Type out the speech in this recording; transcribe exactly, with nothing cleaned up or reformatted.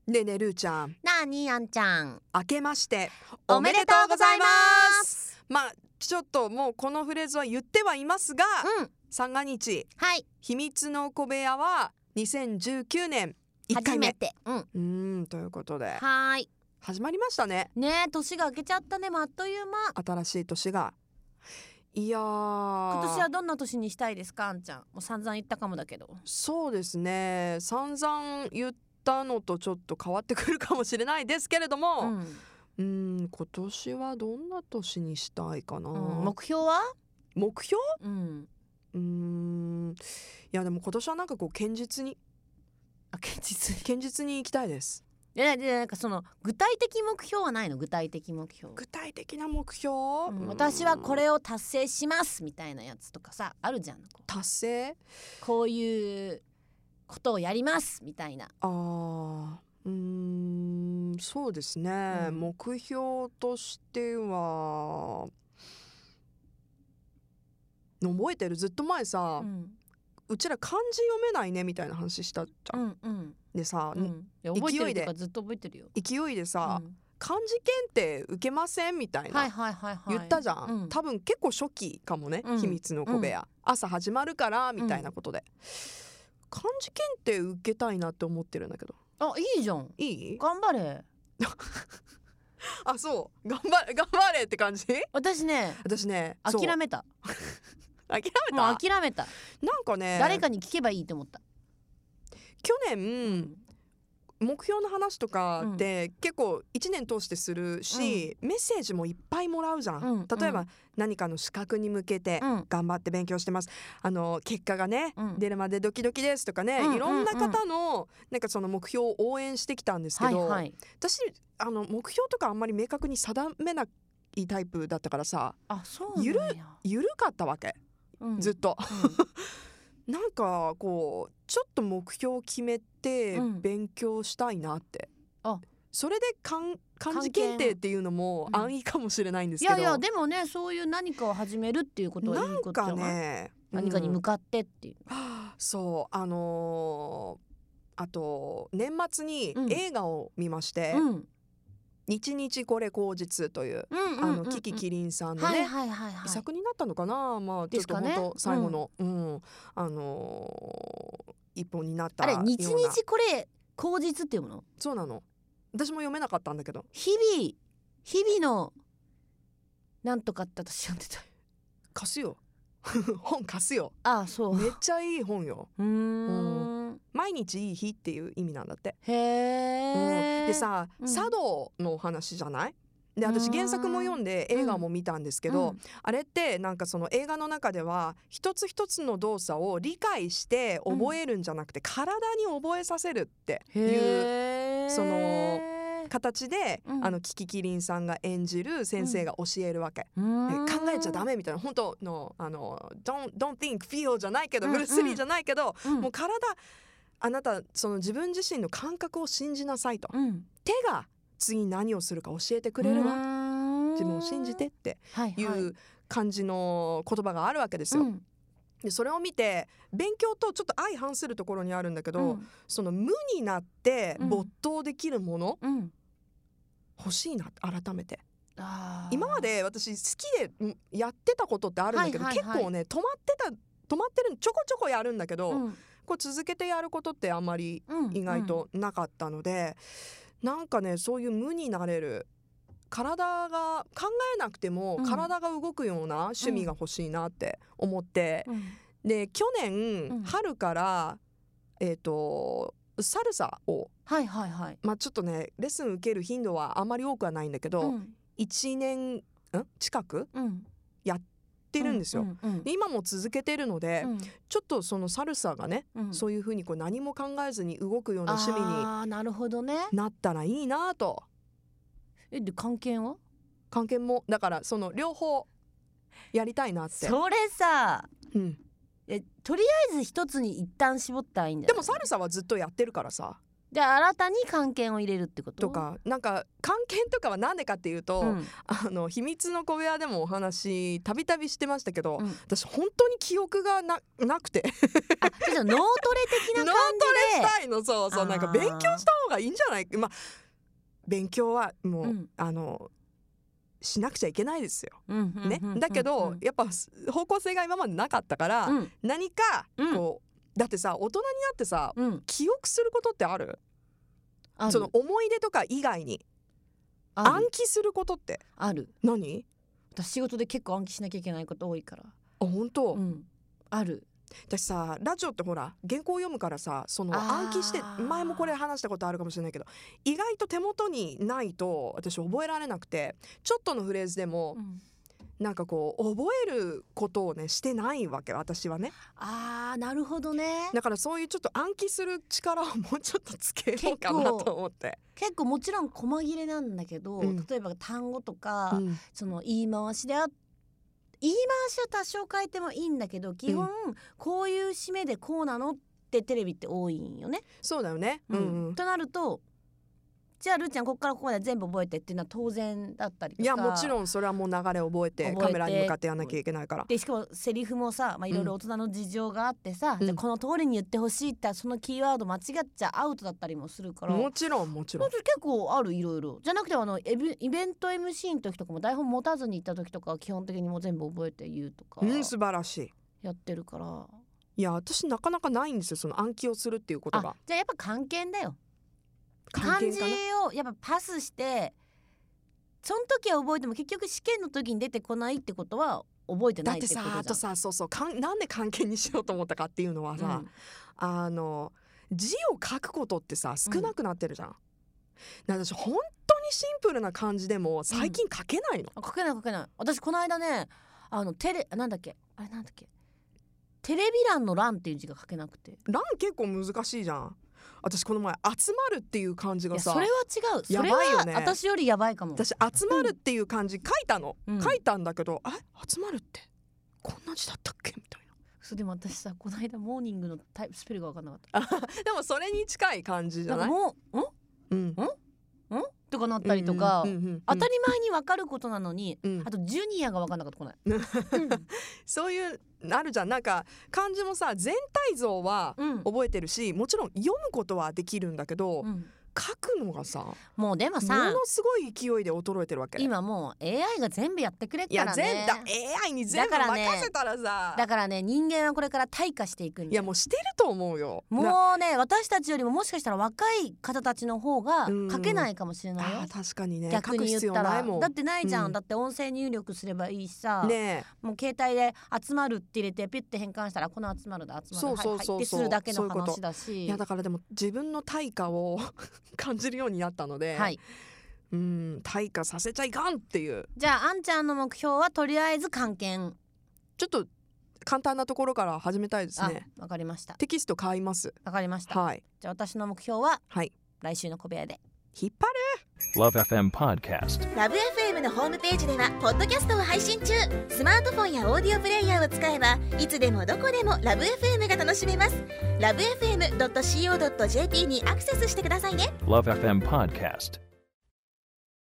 ねえねえるーちゃん、 なにあんちゃん、 明けましておめでとうございます。 まあちょっともうこのフレーズは言ってはいますが、 うん、 三が日はい秘密の小部屋はにせんじゅうきゅうねんいっかいめ初めて、うん、 うーんということではーい始まりましたね。 ねえ、年が明けちゃったね、あっという間。 新しい年が。いやー、 今年はどんな年にしたいですか、あんちゃん。もう散々言ったかもだけど。 そうですね、散々言ったのとちょっと変わってくるかもしれないですけれども、 うんうーん今年はどんな年にしたいかな、 うん、目標は？ 目標うんうーんいやでも今年はなんかこう堅実にあ、現実堅実に行きたいです。 ででなんかその具体的目標はないの？具体的目標、 具体的な目標、 うん、私はこれを達成しますみたいなやつとかさ、あるじゃん。こう達成こういうことをやりますみたいな。 あーうーんそうですね、 うん目標としては覚えてる？ずっと前さ、 ううんちら漢字読めないねみたいな話したじゃん、 うんうんでさ、 うん、いや覚えて勢いでるとかずっと覚えてるよ。 勢いでさ、 うん漢字検定受けませんみたいな、 はいはいはいはい言ったじゃん、 うん多分結構初期かもね、 うん秘密の小部屋、朝始まるからみたいなことで、漢字検定受けたいなって思ってるんだけど。 あ、いいじゃん、 いい？ 頑張れ。 あ、そう頑張れ頑張れって感じ。 私ね、 私ねそう諦めた。 諦めたもう諦めた。 なんかね誰かに聞けばいいと思った。 去年、目標の話とかって結構いちねん通してするし、メッセージもいっぱいもらうじゃん、 うん例えば、 うん何かの資格に向けてうん頑張って勉強してます、あの結果がね、 うん出るまでドキドキですとかね、 うんいろんな方のなんかその目標を応援してきたんですけど、 はいはい。 私あの目標とかあんまり明確に定めないタイプだったからさ、 あ、そうなんゆるや。 緩かったわけ、 うんずっとうなんかこうちょっと目標を決めてうん勉強したいなって、 あそれで漢漢字検定っていうのもうん安易かもしれないんですん、いけど、 やいや、でもね、そういう何かを始めるっていうことはいいことじなんかゃない？ ね、 何かに向うんかってっていう。 そうあのーあと年末にうん映画を見まして、 うん日日これ口実という、 うんうんうんあのキキキリンさんのね、 はいはいはいはい。 遺作になったのかな、まあちょっとですかね本当最後の、うんあのー一本になったあれ、 ような。 日日これ口実っていうもの？ そうなの、私も読めなかったんだけど、 日々日々のなんとかって私読んでた。 貸すよ本貸すよ、 ああ、そう。 めっちゃいい本よ。 うーん。 毎日いい日っていう意味なんだって、 へえ。 うんでさ、 うん茶道のお話じゃない？で私原作も読んで映画も見たんですけど、 うんあれってなんかその映画の中では一つ一つの動作を理解して覚えるんじゃなくて、体に覚えさせるっていうへえ。 その形で、 うんあのキキキリンさんが演じる先生が教えるわけ、 うーん、 考えちゃダメみたいな、本当のあの don't, don't think feel じゃないけど、 うんブルース・リーじゃないけど、 うんもう体あなたその自分自身の感覚を信じなさいと、 うん、 手が次何をするか教えてくれるわ、 わ自分を信じてっていはいう感じの言葉があるわけですよ、 うんでそれを見て勉強とちょっと相反するところにあるんだけど、 うんその無になってうん没頭できるもの、 うん、 欲しいな改めて。 あー今まで私好きでんやってたことってあるんだけど、 はいはいはい結構ね止まってた止まってるちょこちょこやるんだけど、 うんこれ続けてやることってあんまりうん、 意外となかったので、なんかねそういう無になれる体が考えなくてもうん体が動くような趣味が欲しいなって思って、 うん、 で去年、 うん春からえっ、とサルサをはいはいはい、 まあちょっとねレッスン受ける頻度はあまり多くはないんだけど、 うんいちねんん近くうん、 やってるんですよ、 うんうんで今も続けてるので、 うんちょっとそのサルサがね、 うん、 そういう風にこう何も考えずに動くような趣味にあーなるほどね。 なったらいいなと。 えで関係は？ 関係もだからその両方やりたいなって、 それさ、 うん、 えとりあえず一つに一旦絞ったらいいんだよ。 でもサルサはずっとやってるからさ。 で新たに漢検を入れるってこととか、なんか漢検とかはなんでかっていうと、うん、あの秘密の小部屋でもお話たびたびしてましたけど、うん、私本当に記憶が な, なくてあじゃあ脳トレ的な感じで脳トレしたいの。そうそう、なんか勉強した方がいいんじゃない、まあ、勉強はもう、うん、あのしなくちゃいけないですよ、うんね、だけど、うん、やっぱ方向性が今までなかったから、うん、何かこう、うん、だってさ大人になってさ、うん、記憶することってある？ある。その思い出とか以外に暗記することってある。 何？ 私仕事で結構暗記しなきゃいけないこと多いから。あ、 本当？ うん、ある。 私さラジオってほら原稿を読むからさ、その暗記して前もこれ話したことあるかもしれないけど、意外と手元にないと私覚えられなくて、ちょっとのフレーズでも、うん、なんかこう覚えることをねしてないわけ、私はね。 あーなるほどね。 だからそういうちょっと暗記する力をもうちょっとつけようかなと思って。 結構もちろん細切れなんだけど、うん、例えば単語とか、うん、その言い回しであって言い回しは多少変えてもいいんだけど、基本、うん、こういう締めでこうなのってテレビって多いんよね。 そうだよね、うんうん、 となるとじゃあるーちゃんここからここまで全部覚えてっていうのは当然だったりとか。 いやもちろんそれはもう流れ覚えてカメラに向かってやんなきゃいけないから。 でしかもセリフもさ、まあ、いろいろ大人の事情があってさ、うん、じゃあこの通りに言ってほしいってそのキーワード間違っちゃアウトだったりもするから。 もちろんもちろん結構ある、いろいろじゃなくてあのイベント エムシー の時とかも台本持たずに行った時とかは基本的にもう全部覚えて言うとか、 うん、素晴らしいやってるから。 いや私なかなかないんですよ、その暗記をするっていうことが。 じゃあやっぱ関係だよ。漢字をやっぱパスしてその時は覚えても結局試験の時に出てこないってことは覚えてないってことじゃん。 だってさ、あとさ、そうそう、かんなんで関係にしようと思ったかっていうのはさ、うん、あの字を書くことってさ少なくなってるじゃん、うん、私本当にシンプルな漢字でも最近書けないの、 うん、書けない書けない。私この間ねあのテレなんだっけあれなんだっけテレビ欄の欄っていう字が書けなくて。 欄結構難しいじゃん。私この前集まるっていう漢字がさ、 それは違う、それはやばいよね。私よりやばいかも。 私集まるっていう漢字書いたの、うん、書いたんだけど、あ集まるってこんな字だったっけみたいな。 そうでも私さこの間モーニングのタイプスペルが分かんなかったでもそれに近い感じじゃない？ もううんうんんとかなったりとか、当たり前に分かることなのに、うん、あとジュニアが分かんなかったこない、うん、 そういうあるじゃん。なんか漢字もさ全体像は覚えてるし、うん、もちろん読むことはできるんだけど、うん、書くのがさもうでもさものすごい勢いで衰えてるわけ。 今もう エーアイ が全部やってくれっからね。 いや全だ エーアイ に全部任せたらさ、 だからね人間はこれから退化していくんだよ。 いやもうしてると思うよ。 もうね私たちよりももしかしたら若い方たちの方が書けないかもしれないよ。 あ確かにね、 逆に言ったらだってないじゃん、うん、だって音声入力すればいいしさ、ね、もう携帯で集まるって入れてピュッて変換したらこの集まるだ集まるそうそうそうそう、はい、 ってするだけの話だし。 いやだからでも自分の対価を感じるようになったので、はい、うん退化させちゃいかんっていう。 じゃああんちゃんの目標はとりあえず漢検ちょっと簡単なところから始めたいですね。 わかりました。 テキスト買います。 わかりました、はい、じゃあ私の目標は、はい、来週の小部屋で引っ張る Love エフエム Podcast Love エフエム のホームページではポッドキャストを配信中。スマートフォンやオーディオプレイヤーを使えばいつでもどこでも Love エフエム が楽しめます。 ラブエフエムドットシーオードットジェーピー にアクセスしてくださいね。 Love エフエム Podcast